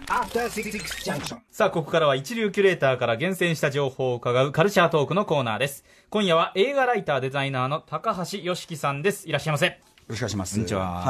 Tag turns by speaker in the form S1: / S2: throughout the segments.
S1: After Six Junction。
S2: さあ、ここからは一流キュレーターから厳選した情報を伺うカルチャートークのコーナーです。今夜は映画ライターデザイナーの高橋良樹さんです。いらっしゃいませ。
S3: よろしくお願いします。
S2: こんにちは。
S3: はい。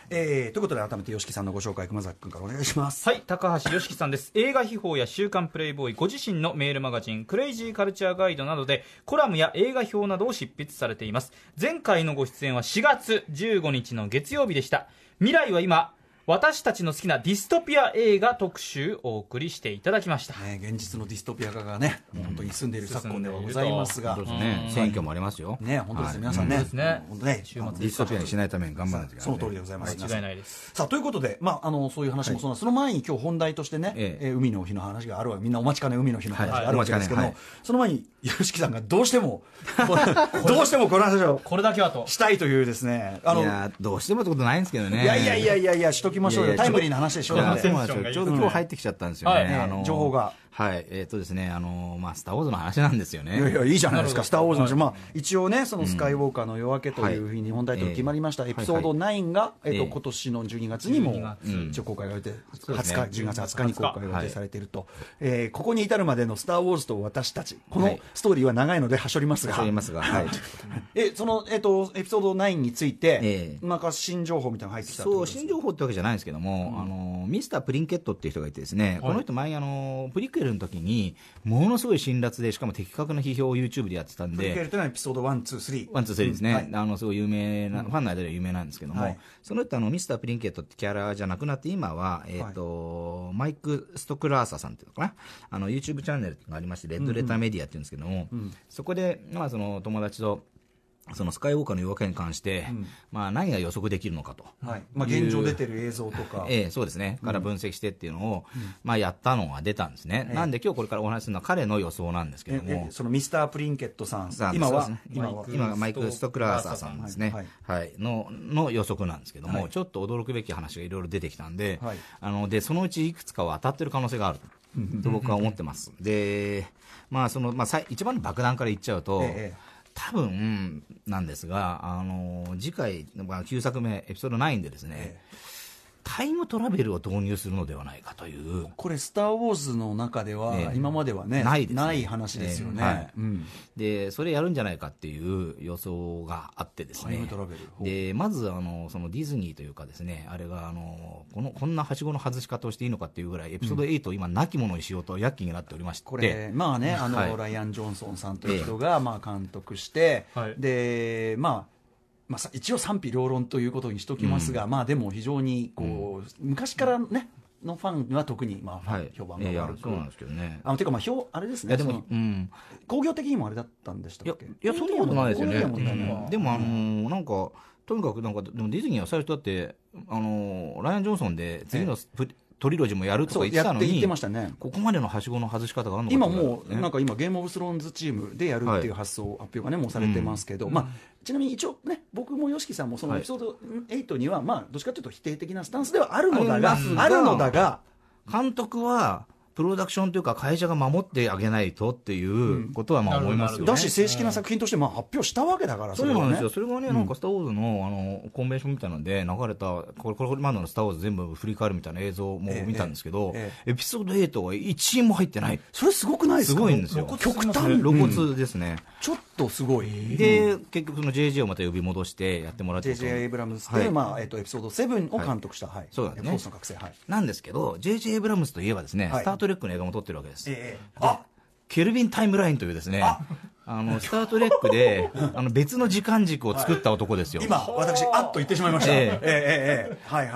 S3: ということで改めて吉木さんのご紹介、熊崎君からお願いします。
S2: はい、高橋良樹さんです。映画秘宝や週刊プレイボーイ、ご自身のメールマガジンクレイジーカルチャーガイドなどでコラムや映画表などを執筆されています。前回のご出演は4月15日の月曜日でした。未来は今、私たちの好きなディストピア映画特集をお送りしていただきました、
S3: 現実のディストピア化がね、本当に進んでいる昨今ではございますが、
S4: 選挙もありますよ
S3: ね、本当ですね、皆さんね、
S2: 本当ね、
S4: 週末ディストピアにしないために頑張らないといけない、
S3: その通りでございます。
S2: 間違いないです。
S3: さあということで、そういう話もそうなんです。その前に今日本題としてね、海の日の話があるわけ、みんなお待ちかね海の日の話があるわけですけども、その前に吉木さんがどうしてもこの話を
S2: これだけはと
S3: したいというですね、
S4: いやどうしてもってことないんですけどね。
S3: いやしときましょうよ。タイムリーな話でしょ。
S4: ちょうど今日入ってきちゃったんですよね、
S3: 情報が。
S4: はい、ですね、スター・ウォーズの話なんですよね。
S3: いやいいじゃないですか、スター・ウォーズの話。一応ね、そのスカイウォーカーの夜明けというふうに日本タイトル決まりました。エピソード9が、今年の12月にも一応公開が予定、10月20日に公開が予定されていると。ここに至るまでのスター・ウォーズと私たち、このストーリーは長いのではしょりますが、そのエピソード9について、なんか新情報みたいなのが入ってきた。
S4: そう、新情報ってわけじゃないんですけども、ミスター・プリンケットっていう人がいてですね、この人前プリクエルの時にものすごい辛辣でしかも的確な批評を YouTube でやってたんで、
S3: プリクエルというのはエピソード1、2、3
S4: ですね、すごい有名な、ファンの間では有名なんですけども、その人ミスター・プリンケットってキャラじゃなくなって今は、マイク・ストクラーサさんっていうのかな、YouTube チャンネルがありましてレッドレターメディアっていうんですけども、そこで、その友達とそのスカイウォーカーの夜明けに関して、何が予測できるのかと、
S3: 現状出てる映像とか、
S4: そうですね、から分析してっていうのを、やったのが出たんですね。なんで今日これからお話しするのは彼の予想なんですけども、
S3: そのミスター・プリンケットさん、
S4: 今マイク・ストクラーサーさんですね、の予測なんですけども、ちょっと驚くべき話がいろいろ出てきたんで、でそのうちいくつかは当たってる可能性があると僕は思ってます。で、一番の爆弾から言っちゃうと、多分なんですが、次回、9作目エピソード9でですね、タイムトラベルを導入するのではないかという。
S3: これスター・ウォーズの中では、今まではね、ない話ですよね。
S4: でそれやるんじゃないかっていう予想があってですね、
S3: タイムトラベル
S4: でまずそのディズニーというかですね、あれがこんなはしごの外し方をしていいのかっていうぐらいエピソード8を今亡き者にしようと躍起になっておりまして、
S3: これライアン・ジョンソンさんという人が監督して、で一応賛否両論ということにしておきますが、でも非常に昔からねのファンは特に評判が悪く、
S4: そうなんですけどね。
S3: ていうかあれですね、工業的にもあれだったんでしたっけ？
S4: いやそんなことないですよね。でもなんかとにかくでもディズニーは最初だってライアン・ジョンソンで次のトリロジーもやるとか言ってたのに、ここまでのはしごの外し方があるのか
S3: 今もうなんか今ゲームオブスローンズチームでやるっていう発表がねもうされてますけど、ちなみに一応ね、僕も吉木さんもそのエピソード8にはどっちかというと否定的なスタンスではあるのだが
S4: 監督はプロダクションというか会社が守ってあげないとっていうことは思いますよね。
S3: だし正式な作品として発表したわけだから。
S4: そうなんですよ。それがね、なんかスター・ウォーズのコンベンションみたいなので流れたこれまでのスター・ウォーズ全部振り返るみたいな映像も見たんですけど、エピソード8は1円も入ってない。
S3: それすごくないですか？
S4: すごいんですよ。
S3: 極端
S4: 露骨ですね。
S3: ちょっとすごい。
S4: で結局その JJ をまた呼び戻してやってもらって
S3: JJ エイブラムスでエピソード7を監督した、
S4: そうなんですね。
S3: フォースの覚醒、
S4: なんですけど JJ エイブラムスといえばですね、スター・トレックの映画も撮ってるわけです。
S3: あ、
S4: ケルビンタイムラインというですね、スター・トレックで別の時間軸を作った男ですよ。
S3: 今私あっと言ってしまいました。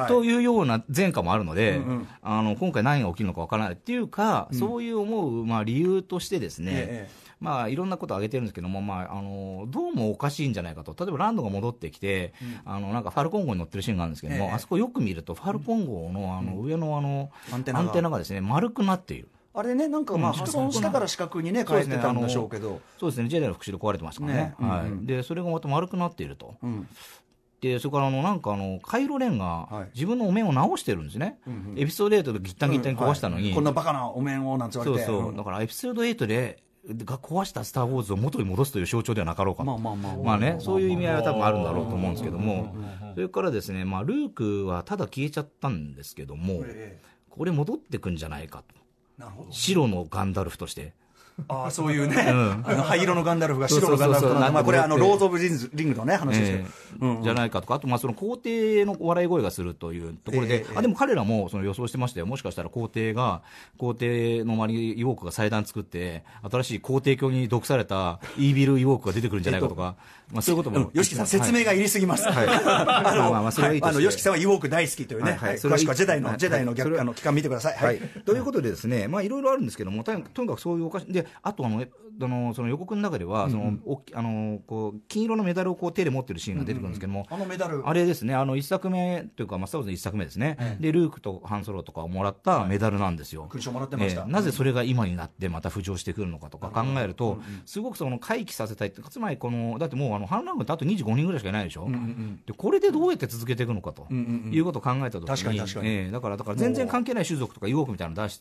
S4: というような前科もあるので、今回何が起きるのかわからないっていうか、そういう思う理由としてですね、いろんなことを挙げてるんですけども、どうもおかしいんじゃないかと。例えばランドが戻ってきて、なんかファルコン号に乗ってるシーンがあるんですけども、あそこよく見るとファルコン号の上のアンテナがですね丸くなっている。
S3: あれね、なんか破損したから四角にね変えてたんでしょうけど、
S4: そうですね、ジェダイの復讐で壊れてましたからね。でそれがまた丸くなっていると。でそれからなんかカイロレンが自分のお面を直してるんですね。エピソード8でギッタンギッタンに壊したのに、
S3: こんなバカなお面をなんて言われて、
S4: だからエピソード8でが壊したスター・ウォーズを元に戻すという象徴ではなかろうかと。
S3: まあ
S4: ね、そういう意味合いは多分あるんだろうと思うんですけども、それからですね、ルークはただ消えちゃったんですけども、これ戻ってくんじゃないかと。
S3: なるほど。
S4: 白のガンダルフとして。
S3: ああ、そういうね、灰色のガンダルフが白のガンダルフとなって、これローズ・オブ・リングのね、話ですけど。
S4: じゃないかとか、あとその皇帝の笑い声がするというところで、でも彼らもその予想してましたよ。もしかしたら皇帝の周りにイウォークが祭壇作って、新しい皇帝教に毒されたイービルイウォークが出てくるんじゃないかとか、そういうことも。
S3: ヨシキさん、説明がいりすぎます。ヨシキさんはイウォーク大好きというね、詳しくはジェダイの期間見てください。
S4: ということでですね、いろいろあるんですけども、とにかくそういうおかしい。で、あとその予告の中では、金色のメダルを手で持ってるシーンが出てくるんですけども、
S3: メダル、
S4: あれですね、1作目というか、スター・ウォーズの1作目ですね、でルークとハンソロとかをもらったメダルなんですよ。
S3: 勲章もらってました。
S4: なぜそれが今になってまた浮上してくるのかとか考えると、すごく回帰させたいって、つまりだってもう反乱軍ってあと25人ぐらいしかいないでしょ、でこれでどうやって続けていくのかということを考えたときに、だから全然関係ない種族とかイウォークみたいなのを出して、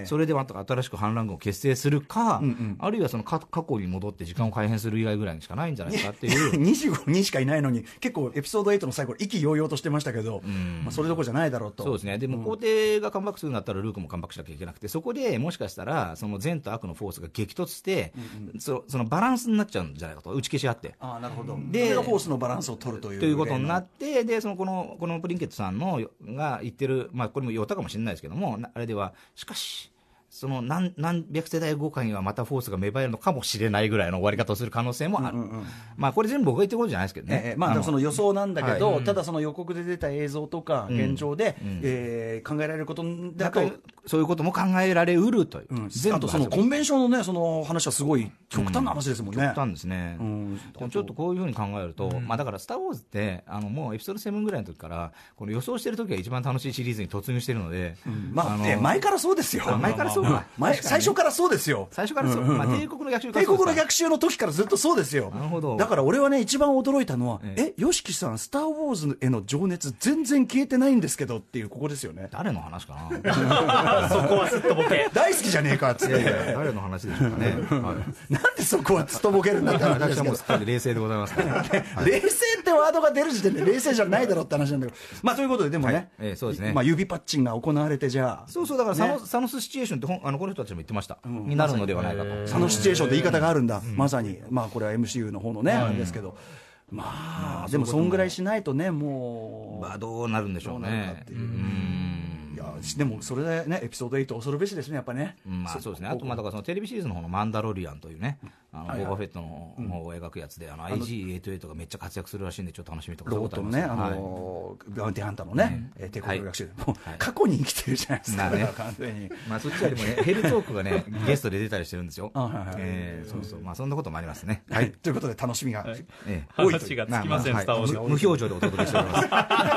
S4: それでまた新しく反乱軍を結成するか、あるいは過去に戻って時間を改変する以外ぐらいしかないんじゃないかっていう
S3: 25人しかいないのに結構エピソード8の最後意気揚々としてましたけど、それどころじゃないだろうと。
S4: そうですね。でも皇帝がカムバックするんだったらルークもカムバックしなきゃいけなくて、そこでもしかしたらその善と悪のフォースが激突して、そのバランスになっちゃうんじゃないかと、打ち消し合って、
S3: なるほど。でそれがフォースのバランスを取るという
S4: ことになって、でこのプリンケットさんが言ってる、これも言ったかもしれないですけども、あれではしかしその何百世代後かにはまたフォースが芽生えるのかもしれないぐらいの終わり方をする可能性もある。これ全部僕が言ってることじゃないですけどね。
S3: その予想なんだけど、ただその予告で出た映像とか現状で考えられることだと、
S4: そういうことも考えられうるという。
S3: あとそのコンベンションのね、その話はすごい極端な話ですもんね。
S4: 極端ですね。ちょっとこういうふうに考えると、だからスター・ウォーズってもうエピソード7ぐらいの時からこの予想してる時が一番楽しいシリーズに突入してるので、
S3: 前からそうですよ。
S4: 前からそう
S3: 最初からそうですよ。
S4: 最初からそう。帝国の
S3: 逆襲の時からずっとそうですよ。
S4: なるほど。
S3: だから俺はね、一番驚いたのは、ヨシキさん、スター・ウォーズへの情熱全然消えてないんですけどっていう、ここですよね。
S4: 誰の話かな。
S2: そこはすっとぼけ。
S3: 大好きじゃねえかっつって。
S4: 誰の話でしょうかね。
S3: なんでそこはすっとぼけるんだって話ですけど。
S4: 私はもうすっかり冷静でございます。
S3: 冷静ってワードが出る時点で冷静じゃないだろうって話なんだけど。ということで、でもね、
S4: そうですね。
S3: 指パッチンが行われて、じゃあ。
S4: そうだからサノスシチュエーションってこの人たちも言ってました。になるのではないかと。
S3: サノスシチュエーションって言い方があるんだ。まさに。これは MCU の方のね、あれですけど。でもそんぐらいしないとね、もう。
S4: どうなるんでしょうね。
S3: でもそれでね、エピソード8恐るべしですね、やっぱね。
S4: そうですね。あとだからそのテレビシリーズの方のマンダロリアンというね、ボーバーフェットの方を描くやつで、IG-88 がめっちゃ活躍するらしいんで、ちょっと楽しみとか。
S3: ロボットのね、バウンティハンターのね、帝国の学習、過去に生きてるじゃないですか、完全に。
S4: そっちよりもね、ヘルトークがね、ゲストで出たりしてるんですよ。そんなこともありますね。
S3: ということで楽しみが
S2: 多い。話がつきません、スター・ウォーズ。
S4: 無表情でお届けしております。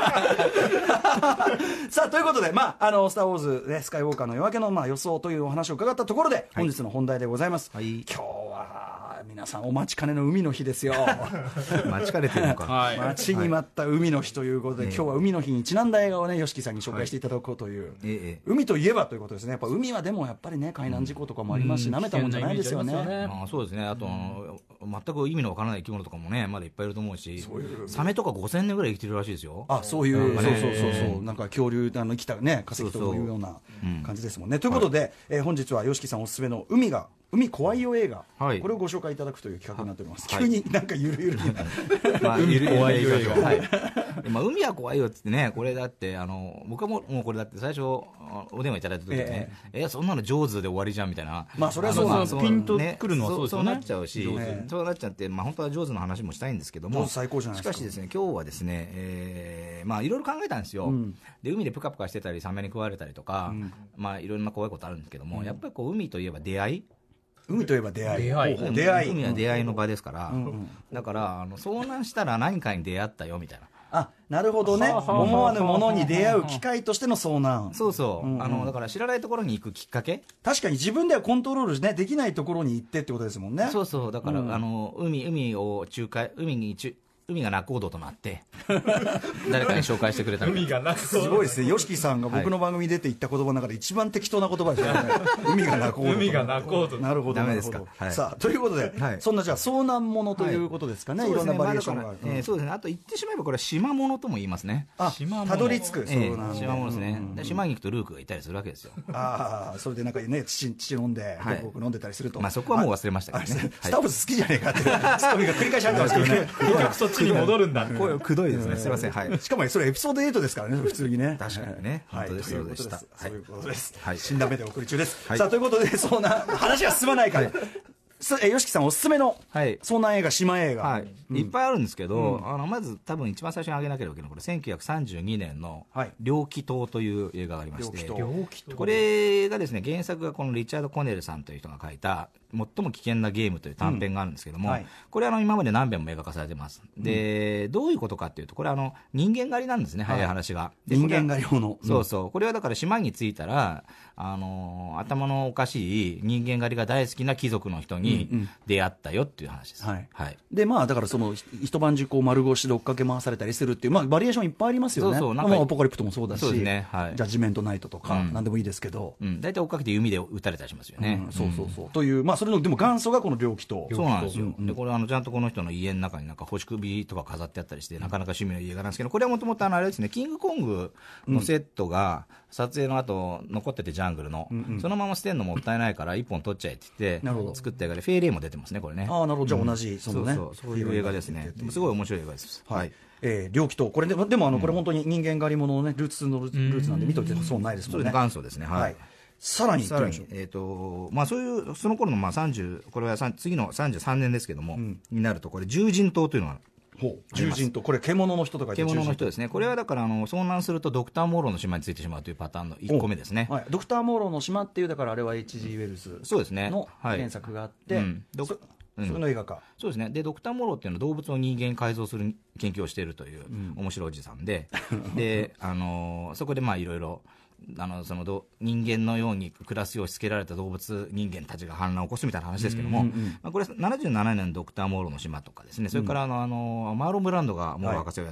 S3: さあ、ということで、スター・ウォーズね、スカイウォーカーの夜明けの予想というお話を伺ったところで、本日の本題でございます。今日は皆さんお待ちかねの海の日ですよ。
S4: 待ちかねてるのか。
S3: 待ちに待った海の日ということで、今日は海の日にちなんだ映画をね、吉木さんに紹介していただこうという。海といえばということですね。やっぱ海はでもやっぱりね、海難事故とかもありますし、舐めたもんじゃないですよね。
S4: そうですね。あと全く意味のわからない生き物とかもね、まだいっぱいいると思うし、サメとか5000年ぐらい生きてるらしいですよ。
S3: そういう、そうなんか恐竜生きたね、化石というような感じですもんね。ということで、本日は吉木さんおすすめの海怖いよ映画、これをご紹介いただくという企画になっております。急になんかゆるゆるに
S2: 海怖いよ映
S4: 画。海は怖いよってね、これだって僕はもうこれだって最初お電話いただいた時はね、そんなの上手で終わりじゃんみたいな。
S3: それはそう
S2: ピンとくるのはそうですよね。
S4: そうなっちゃうし、そうなっちゃって本当は上手の話もしたいんですけども、
S3: 最高じゃないですか。
S4: しかしですね、今日はですね、いろいろ考えたんですよ。で海でプカプカしてたりサメに食われたりとか、いろんな怖いことあるんですけども、やっぱり海といえば出会い。
S3: 海といえば出会い。
S4: 海は出会いの場ですから、だから遭難したら何かに出会ったよみたいな。
S3: なるほどね。思わぬものに出会う機会としての遭難。
S4: だから知らないところに行くきっかけ。
S3: 確かに自分ではコントロールできないところに行ってってことですもんね。
S4: だから海に海が仲人となって誰かに紹介してくれた
S2: 海が仲人、
S3: すごいですね。YOSHIKIさんが僕の番組に出て言った言葉の中で一番適当な言葉ですよね。海が仲人。
S2: 海が仲人。
S3: なるほど。
S4: ダメですか。
S3: さあということで、そんなじゃあ遭難ものということですかね。いろんなバリエーションがある。
S4: そうですね。あと言ってしまえばこれは島物とも言いますね。
S3: たどり着く。
S4: 島物ですね。島に行くとルークがいたりするわけですよ。
S3: それでなんかね、父飲んで僕飲んでたりすると。
S4: まあそこはもう忘れましたけどね。
S3: スター・ウォーズ好きじゃねえかってツッコミが繰り返しあってますけどね。
S2: そっちに戻るんだ。
S4: 声くどいですね。すみません。はい。
S3: しかもそれエピソード8ですからね、普通にね。
S4: 確かにね。本当です。そうでした。
S3: そういうことです。
S4: はい。
S3: 死んだ目でお送り中です。さあということで、そんな話が進まないから。YOSHIKIさんおすすめの遭難映画、島映画、
S4: いっぱいあるんですけど、まず多分一番最初に挙げなければいけないのはこれ1932年の「猟奇島」という映画がありまして、これがですね、原作がこのリチャード・コネルさんという人が書いた最も危険なゲームという短編があるんですけども、これ今まで何遍も映画化されてます。で、どういうことかっていうと、これ人間狩りなんですね、早い話が。
S3: 人間狩り用の。
S4: そうそう。これはだから島に着いたら、頭のおかしい人間狩りが大好きな貴族の人に出会ったよっていう話です。
S3: で、まあだからその一晩中こう丸腰で追っかけ回されたりするっていう、まあバリエーションいっぱいありますよね。そうそう。アポカリプトもそうだし、ジャッジメントナイトとか、なんでもいいですけど。
S4: 大体追っかけて弓で撃たれたりしますよね。
S3: そうそうそう。という、まあそれのでも元祖がこの猟奇島。
S4: そうなんですよ。で、これちゃんとこの人の家の中になんか星首とか飾ってあったりして、なかなか趣味の家がなんですけど、これはもともとあれですね、キングコングのセットが撮影の後残ってて、ジャングルの、そのまま捨てるのもったいないから一本撮っちゃえって言って作った映画で、フェイレイも出てますね、これね。
S3: なるほど。じゃあ同じ
S4: そういう映画ですね。すごい面白い映画です。はい。
S3: 猟奇島、これでもこれ本当に人間狩り物のね、ルーツなんで見といて損ないですもんね。
S4: 元祖ですね。はい。
S3: さらに、
S4: まあそういう、その頃のこれは次の33年ですけども、になると、これ、獣人島というのが。
S3: 獣人島、これ、獣の人とか
S4: 獣の人ですね。これはだから、遭難するとドクター・モローの島についてしまうというパターンの1個目ですね。
S3: ドクター・モローの島っていう、だからあれは H.G. ウェルズの原作があって、それの映画化。
S4: そうですね。で、ドクター・モローっていうのは動物を人間に改造する研究をしているという面白いおじさんで、で、そこでまあいろいろ、人間のように暮らすようしつけられた動物人間たちが反乱を起こすみたいな話ですけども、これ77年のドクター・モローの島とかですね、それからマーロン・ブランドがモロー博士をやった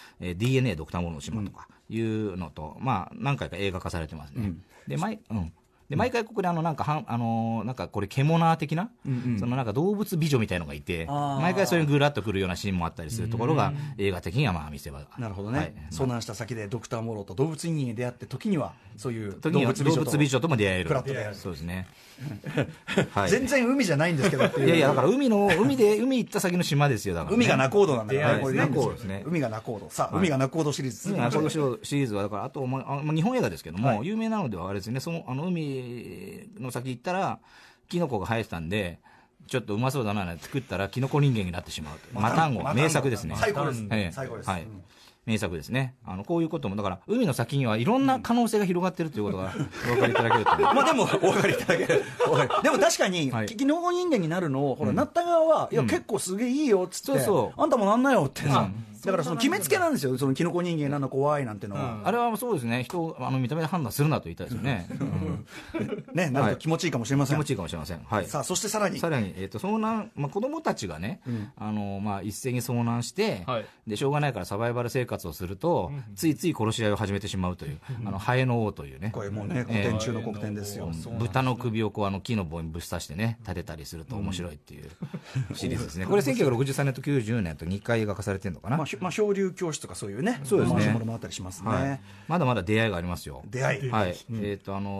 S4: 、DNA ドクター・モローの島とかいうのと、まあ何回か映画化されてますね。で毎回ここでなんかこれ獣的な、そのなんか動物美女みたいのがいて、毎回それにぐらっとくるようなシーンもあったりするところが映画的にはまあ見せ場が。
S3: なるほどね。遭難した先でドクター・モローと動物人間に出会って時にはそういう動
S4: 物美女とも出会える。そうですね。
S3: 全然海じゃないんですけど。
S4: いやいや、だから海行った先の島ですよ。だから
S3: 海が仲人なんだから。
S4: 海
S3: が仲人。さあ、海が仲人シリーズ。
S4: 海が仲人シリーズはだからあと日本映画ですけども、有名なのではあれですね。その海の先行ったらキノコが生えてたんで、ちょっとうまそうだな作ったらキノコ人間になってしまうというマタンゴ、名作ですね。
S3: 最高です。はい。
S4: 名作ですね。こういうこともだから海の先にはいろんな可能性が広がっているということがお分かりいただけると思います。
S3: まあでもお分かりいただける。でも確かにキノコ人間になるのをなった側はいや結構すげえいいよっつってあんたもなんなよってさ。だからその決めつけなんですよ、そのキノコ人間なんだ怖いなんてのは。
S4: あれはそうですね、人を見た目で判断するなと言いたいですよね。
S3: ね、なんか気持ちいいかもしれません。
S4: 気持ちいいかもしれません。はい。
S3: さあ、そしてさらに。
S4: 遭難、子供たちがね、一斉に遭難して、で、しょうがないからサバイバル生活をすると、ついつい殺し合いを始めてしまうという、ハエの王というね。
S3: これもうね、古典中の古典ですよ。
S4: 豚の首を木の棒にぶっ刺してね、立てたりすると面白いっていうシリーズですね。これ1963年と90年と2回映画化されてるのかな。
S3: 漂流教室とかそういうね、
S4: そうですね。
S3: ものもあったりしますね。
S4: まだまだ出会いがありますよ。
S3: 出会い。
S4: はい。これ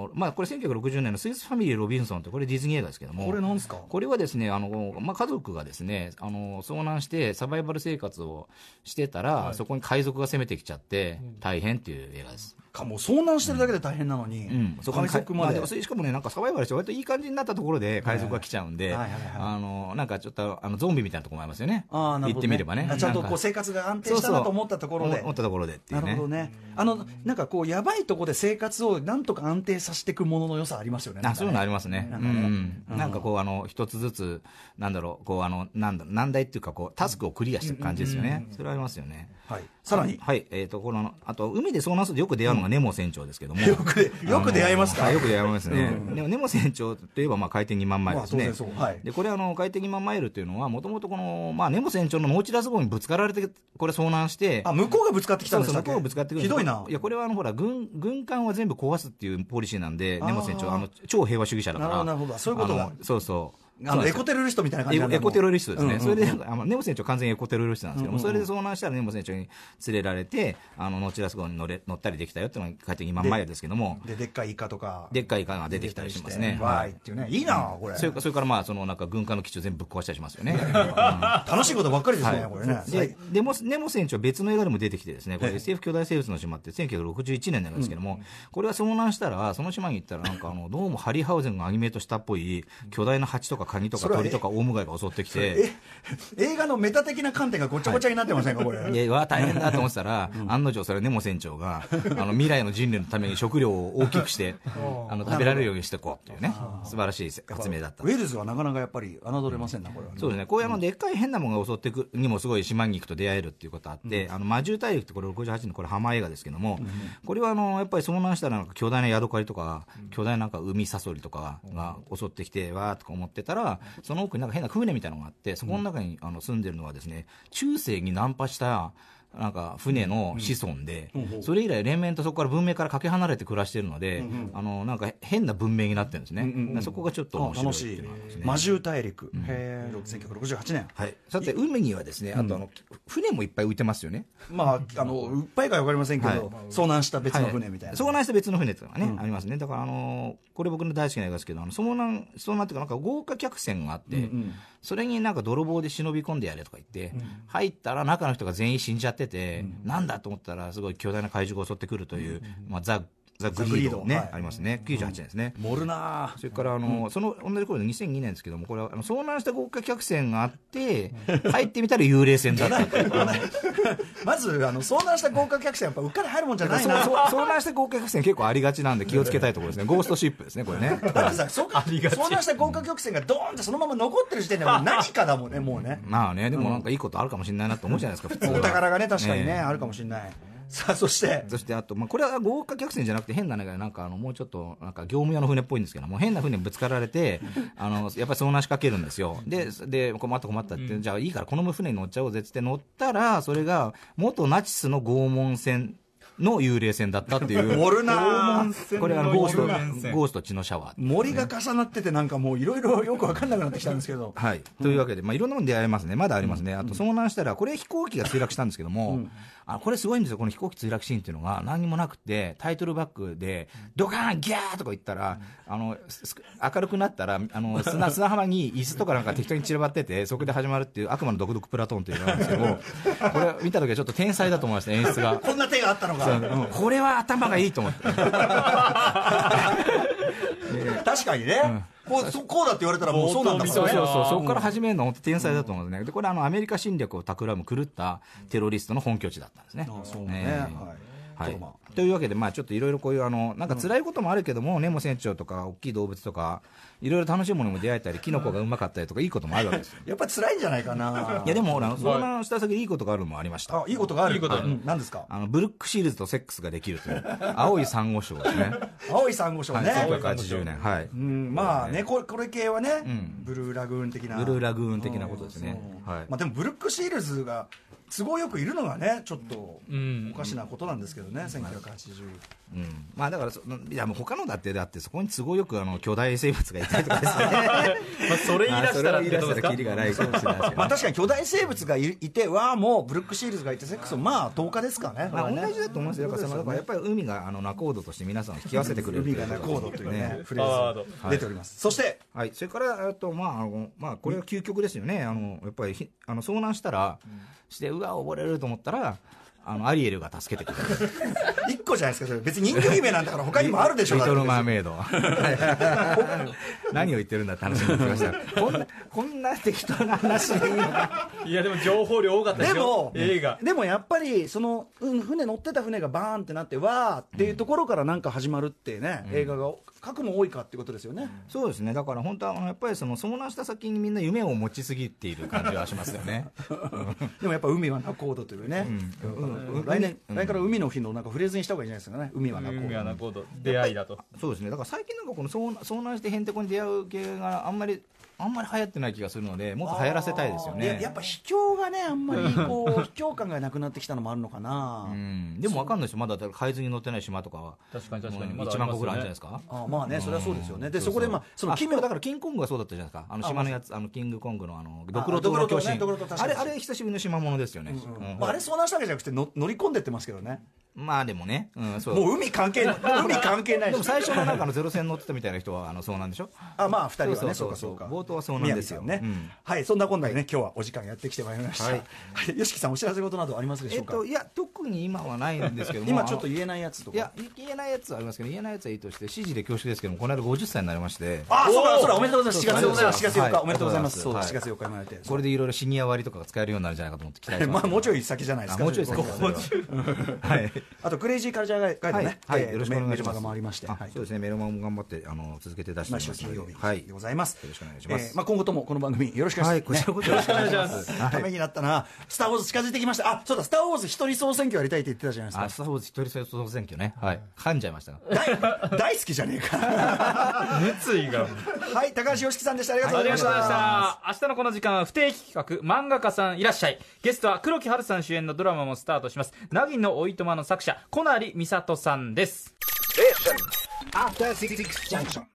S4: 1960年のスイスファミリー・ロビンソンってこれディズニー映画ですけども。
S3: これなんですか？
S4: これはですね、家族がですね、遭難してサバイバル生活をしてたら、そこに海賊が攻めてきちゃって大変っていう映画です。
S3: もう遭難してるだけで大変なのに、海賊まで。
S4: しかもね、なんかサバイバルして割といい感じになったところで海賊が来ちゃうんで、なんかちょっとゾンビみたいなところもありますよね。言ってみればね。
S3: ちゃんと生活が安定したなと思ったところで。
S4: 思ったところでっていうね。
S3: なるほどね。なんかやばいところで生活をなんとか安定させていくものの良さありますよね。
S4: そういうのありますね。なんか一つずつ、なんだろう、難題っていうか、タスクをクリアしていく感じですよね。それはありますよね。
S3: はい。さらに。
S4: はい。あと、海で遭難するとよく出会うのがネモ船長ですけども、
S3: よく出会いますか？
S4: よく出会いますね。でもネモ船長といえば海底2万マイルですね。でこれ海底2万マイルというのはもともとこのネモ船長のノーチラス号にぶつかられてこれ遭難して、
S3: 向こうがぶつかってきたんですか？
S4: 向こうがぶつかってくる。
S3: ひどいな。
S4: いやこれはほら軍艦は全部壊すっていうポリシーなんで、ネモ船長超平和主義者だから。
S3: なるほど、そういうことだ。
S4: そうそう。
S3: エコテロリストみたいな感じなんだ。
S4: エコテロリストですね。それでネモ船長完全にエコテロリストなんですけども、それで遭難したらネモ船長に連れられてノーチラス号に乗ったりできたよっていうのが書いて2万マイルですけども、
S3: でっかいイカとか
S4: でっかいイカが出てきたりしますね。
S3: わーいっていうね、いいなこれ。
S4: それからなんか軍艦の基地を全部ぶっ壊したりしますよね。
S3: 楽しいことばっかりですねこれね。
S4: でネモ船長は別の映画でも出てきてですね、これ SF 巨大生物の島って1961年なんですけども、これは遭難したらその島に行ったらなんかどうもハリーハウゼンがアニメートしたっぽい巨大なハチとかカニとか鳥とかオウムガイが襲ってきて、
S3: 映画のメタ的な観点がごちゃごちゃになってませんかこれ。
S4: 大変だと思ってたら、案の定それネモ船長が未来の人類のために食料を大きくして食べられるようにしていこうというね、素晴らしい発明だった。
S3: ウェルズはなかなかやっぱり侮れませんなこれは。
S4: そうですね。こういうでっかい変なものが襲ってくにもすごい島に行くと出会えるっていうことあって、魔獣大陸ってこれ68年これ浜映画ですけども、これはやっぱり遭難したらなんか巨大なヤドカリとか巨大ななんか海サソリとかが襲ってきてわーとか思ってたら、その奥になんか変な船みたいなのがあって、そこの中に住んでるのはですね、中世に難破したなんか船の子孫で、それ以来連綿とそこから文明からかけ離れて暮らしているので、なんか変な文明になってるんですね。そこがちょっと面白いっていうのがあるんですね。
S3: 魔獣大陸、1968年。
S4: はい。さて海にはですね、あと船もいっぱい浮いてますよね。
S3: いっぱいか分かりませんけど、遭難した別の船みたいな。
S4: 遭難した別の船というのがねありますね。だからこれ僕の大好きな映画ですけど、遭難っていうかなんか豪華客船があって、それになんか泥棒で忍び込んでやれとか言って入ったら中の人が全員死んじゃってて、なんだと思ったらすごい巨大な怪獣が襲ってくるという、ザ・グリードね、ありますね。98年ですね。
S3: 盛るな。
S4: それからその同じ頃で2002年ですけども、これは遭難した豪華客船があって入ってみたら幽霊船だった
S3: まず遭難した豪華客船やっぱうっかり入るもんじゃないな。
S4: 遭難した豪華客船結構ありがちなんで気をつけたいところですね。ゴーストシップですねこれね。
S3: だってさ、遭難した豪華客船がドーンってそのまま残ってる時点でもう何かだもんねもうね。
S4: まあね、でもなんかいいことあるかもしれないなと思うじゃないですか普通は。
S3: お宝がね確かにねあるかもしれない。さあそして
S4: あと、これは豪華客船じゃなくて変ななんかもうちょっとなんか業務用の船っぽいんですけども、変な船にぶつかられてやっぱり遭難しかけるんですよ。で困ったって、じゃあいいからこの船に乗っちゃおうぜって乗ったら、それが元ナチスの拷問船の幽霊船だったっていう。
S3: おるな。
S4: これゴースト血のシャワー、
S3: 森が重なっててなんかもういろいろよく分かんなくなってきたんですけど。
S4: はい。というわけでいろんなもの出会えますね。まだありますね。あと遭難したらこれ飛行機が墜落したんですけども、これすごいんですよ。この飛行機墜落シーンっていうのが何にもなくて、タイトルバックでドカーンギャーとか言ったら明るくなったら砂浜に椅子とかなんか適当に散らばってて、そこで始まるっていう悪魔の独特プラトーンというのがあるんですけど、これ見た時はちょっと天才だと思いました。演出が
S3: こんな手があったのか。
S4: これは頭がいいと思って確
S3: かにね、こうだって言われたらもうそうなんだもんね。
S4: そこから始めるの本当天才だと思うんですね。でこれアメリカ侵略を企む狂ったテロリストの本拠地だったんですね。
S3: そうね。
S4: はい。というわけでちょっといろいろこういうなんか辛いこともあるけども、ネモ船長とか大きい動物とかいろいろ楽しいものも出会えたり、キノコがうまかったりとかいいこともあるわけですよ。
S3: やっぱり辛いんじゃないかな。
S4: いやでも遭難した先でいいことがあるのもありました。
S3: いいことがある。何ですか？
S4: ブルックシールズとセックスができるという青いサンゴ礁ですね。
S3: 青いサンゴ礁ね。
S4: 1980年。はい。
S3: まあね、これ系はね、ブルーラグーン的な
S4: ことですね。はい。
S3: でもブルックシールズが都合よくいるのがねちょっとおかしなことなんですけどね、1980。
S4: まあだからいやもう他のだってそこに都合よく巨大生物がいたりとかですね
S2: それ言い出したらってことですか？
S4: キリがないかもしれないですけど、
S3: 確かに巨大生物がいてもうブルックシールズがいてセックスも10日ですからね。
S4: 同じだと思うんですよ。だからやっぱり海が仲人として皆さんを引き合わせてくれる
S3: 海が仲人というねフレーズ出ております。そして
S4: それからこれは究極ですよね。やっぱり遭難したらして溺れると思ったらアリエルが助けてくれる
S3: 一個じゃないですかそれ。別に人魚姫なんだから他にもあるでしょ。
S4: リトルマーメイド何を言ってるんだって話になってきましたこんな適当な話でいいのか。
S2: いやでも情報量多かったですよ。映画
S3: でもやっぱり乗ってた船がバーンってなってわーっていうところからなんか始まるってね、映画が核も多いかってことですよね。
S4: そうですね。だから本当はやっぱり遭難した先にみんな夢を持ちすぎている感じはしますよね
S3: でもやっぱ海は仲人というね、来年から海の日のなんかフレーズにした方がいいんじゃないですかね。海は仲人。
S2: 海は仲人。出会いだと。
S4: そうですね。だから最近なんかこの遭難してへんてこに出会う系があんまり流行ってない気がするので、もっと流行らせたいですよね。
S3: やっぱ秘境がね、あんまりこう秘境感がなくなってきたのもあるのかな。
S4: でも分かんないですよ。まだ海図に載ってない島とかは
S2: 確かに
S4: 1万個ぐらいあるんじゃないですか。
S3: まあね、それはそうですよね。でそこでその
S4: 奇妙だからキングコングがそうだったじゃないですか。島のやつ、キングコングのドクロ島の巨神、あれ久しぶりの島物ですよね。
S3: あれ遭難したわけじゃなくて乗り込んでってますけどね。
S4: まあでもね、
S3: もう海関係ない
S4: でも最初のなんかゼロ戦乗ってたみたいな人は遭難でしょ。
S3: まあ2人はね、そうかそうか。
S4: 冒頭は遭難ですよ
S3: ね。はい、そんなこんなでね、今日はお時間やってきてまいりました。吉木さん、お知らせ事などありますでしょうか。
S4: いや特に今はないんですけども、
S3: 今ちょっと言えないやつとか。
S4: いや言えないやつはありますけど、言えないやつはいいとして、指示で恐縮ですけども、この間50歳になりまして、
S3: そうだおめでとうございます。4月4日おめでとうございます。そうだ4月4日に生まれて、
S4: これでいろいろシニア割とかが使えるようになるんじゃないかと思って期待してます。
S3: まあもうちょい先じゃないですか。
S4: もうちょい先。
S3: はい。あとクレイジーカルチャーガイドね、
S4: よろしくお願いします。
S3: メルマガもありまして、
S4: そうですね、メルマガも頑張って続けて出してます。
S3: 毎週金曜日でございます。
S4: よろしくお願いします。
S3: 今後ともこの番組よろしくお願いします。
S4: こちらこそよろしくお願いします。
S3: ためになったな。スターウォーズ近づいてきました。そうだ、スターウォーズ一人総選挙やりたいって言ってたじゃないですか。
S4: スターウォーズ一人総選挙ね。はい。噛んじゃいました。
S3: 大好きじゃねえか。
S2: 熱意が。
S3: はい、高橋良樹さんでした。ありがとうございました。
S2: 明日のこの時間は不定期企画、漫画家さんいらっしゃい。ゲストは黒木華さん主演のドラマもスタートします。凪のおいとまの作者、小成美里さんです。